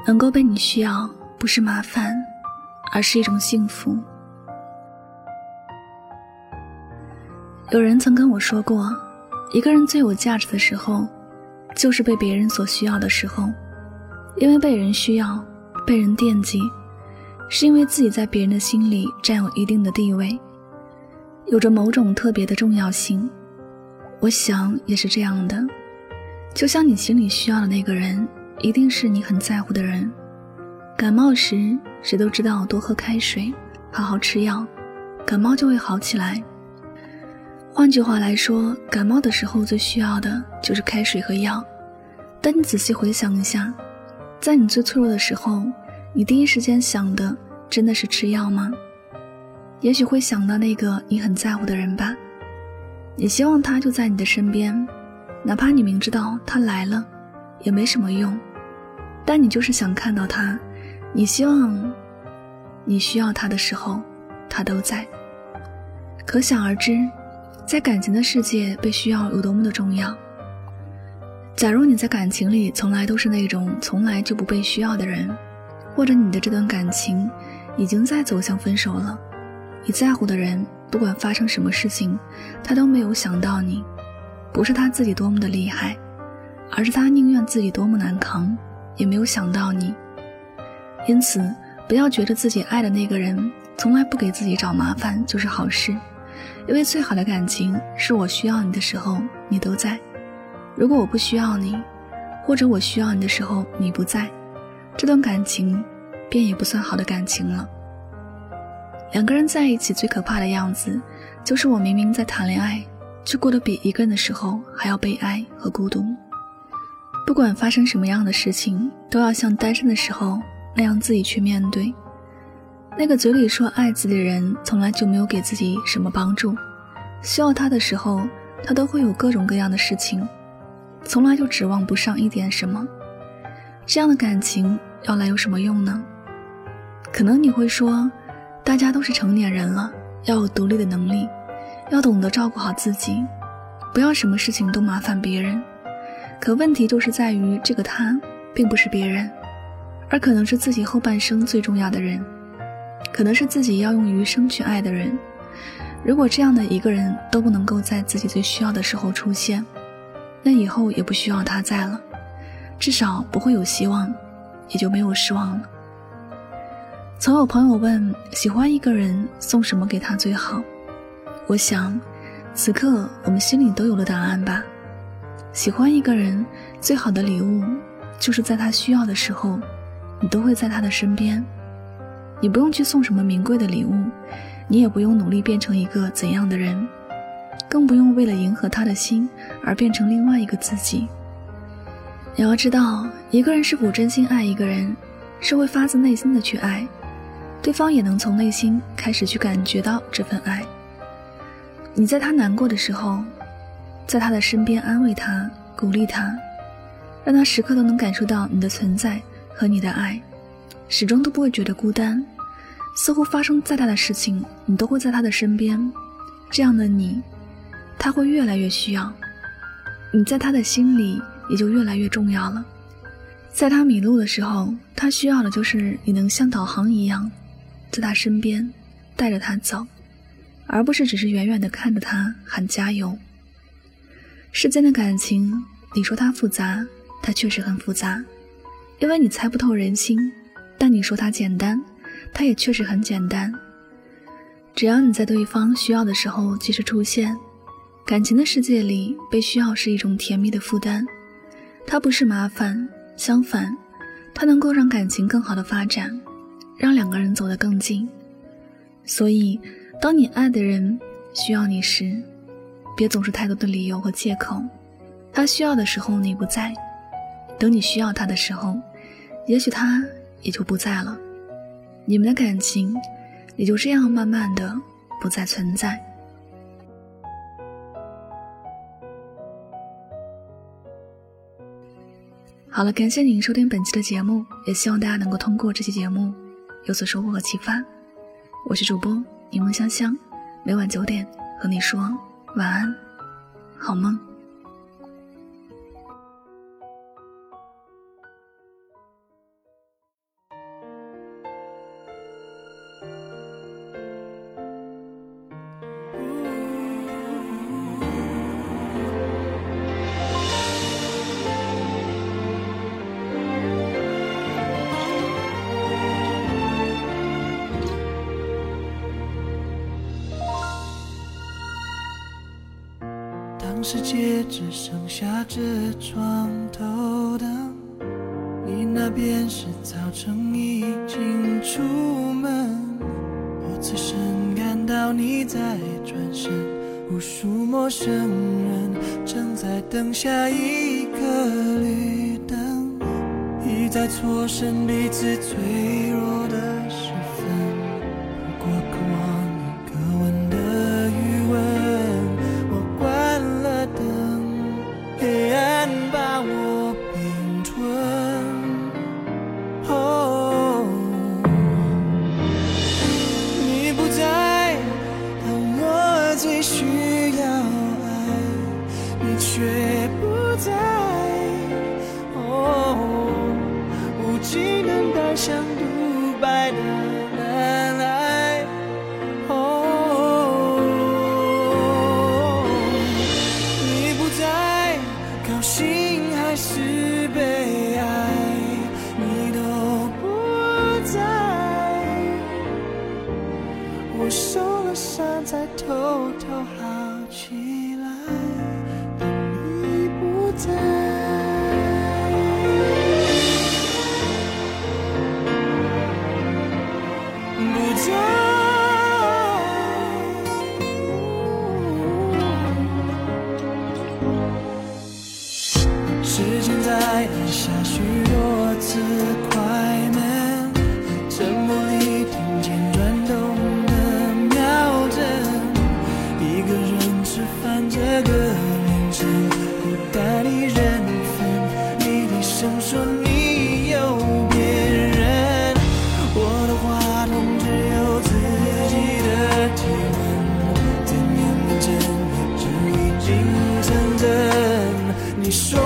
能够被你需要不是麻烦，而是一种幸福。有人曾跟我说过，一个人最有价值的时候，就是被别人所需要的时候。因为被人需要，被人惦记，是因为自己在别人的心里占有一定的地位，有着某种特别的重要性。我想也是这样的，就像你心里需要的那个人，一定是你很在乎的人。感冒时，谁都知道多喝开水，好好吃药，感冒就会好起来。换句话来说，感冒的时候最需要的就是开水和药。但你仔细回想一下，在你最脆弱的时候，你第一时间想的真的是吃药吗？也许会想到那个你很在乎的人吧，你希望他就在你的身边，哪怕你明知道他来了也没什么用，但你就是想看到他，你希望你需要他的时候他都在。可想而知，在感情的世界被需要有多么的重要。假如你在感情里从来都是那种从来就不被需要的人，或者你的这段感情已经在走向分手了，你在乎的人不管发生什么事情，他都没有想到你，不是他自己多么的厉害，而是他宁愿自己多么难扛，也没有想到你。因此不要觉得自己爱的那个人从来不给自己找麻烦就是好事，因为最好的感情是我需要你的时候你都在。如果我不需要你，或者我需要你的时候你不在，这段感情便也不算好的感情了。两个人在一起最可怕的样子，就是我明明在谈恋爱，却过得比一个人的时候还要悲哀和孤独。不管发生什么样的事情，都要像单身的时候那样自己去面对。那个嘴里说爱自己的人，从来就没有给自己什么帮助，需要他的时候，他都会有各种各样的事情，从来就指望不上一点什么。这样的感情要来有什么用呢？可能你会说，大家都是成年人了，要有独立的能力，要懂得照顾好自己，不要什么事情都麻烦别人。可问题就是在于，这个他并不是别人，而可能是自己后半生最重要的人，可能是自己要用余生去爱的人。如果这样的一个人都不能够在自己最需要的时候出现，那以后也不需要他在了，至少不会有希望，也就没有失望了。曾有朋友问，喜欢一个人送什么给他最好？我想此刻我们心里都有了答案吧。喜欢一个人最好的礼物，就是在他需要的时候，你都会在他的身边。你不用去送什么名贵的礼物，你也不用努力变成一个怎样的人，更不用为了迎合他的心而变成另外一个自己。你要知道，一个人是否真心爱一个人，是会发自内心的去爱，对方也能从内心开始去感觉到这份爱。你在他难过的时候，在他的身边安慰他，鼓励他，让他时刻都能感受到你的存在和你的爱，始终都不会觉得孤单，似乎发生再大的事情你都会在他的身边。这样的你，他会越来越需要，你在他的心里也就越来越重要了。在他迷路的时候，他需要的就是你能像导航一样在他身边带着他走，而不是只是远远地看着他喊加油。世间的感情，你说它复杂，它确实很复杂，因为你猜不透人心，但你说它简单，它也确实很简单。只要你在对方需要的时候及时出现，感情的世界里，被需要是一种甜蜜的负担，它不是麻烦，相反，它能够让感情更好的发展，让两个人走得更近。所以当你爱的人需要你时，别总是太多的理由和借口。他需要的时候你不在，等你需要他的时候，也许他也就不在了，你们的感情也就这样慢慢的不再存在。好了，感谢您收听本期的节目，也希望大家能够通过这期节目有所收获和启发。我是主播柠檬香香，每晚9点和你说晚安，好梦。 当世界只剩下这床头灯，你那边是早晨已经出门，我此生看到你在转身，无数陌生人正在等下一个绿灯，一再错身彼此脆弱的时分，不过渴望一个吻的余温。我关了灯，黑暗把我并吞。哦，你不在，当我最需要爱，你却不在。哦，无计能单向独白的难爱。哦，你不在，高兴还是悲哀，你都不在。我受了伤，才偷偷好起来，但你不在。时间在按下许多次快门，沉默里听见转动的秒针。一个人吃饭这个凌晨，不带你人分，你低声说你有别人。我的话筒只有自己的体温，怎样认真也只已经成真。你说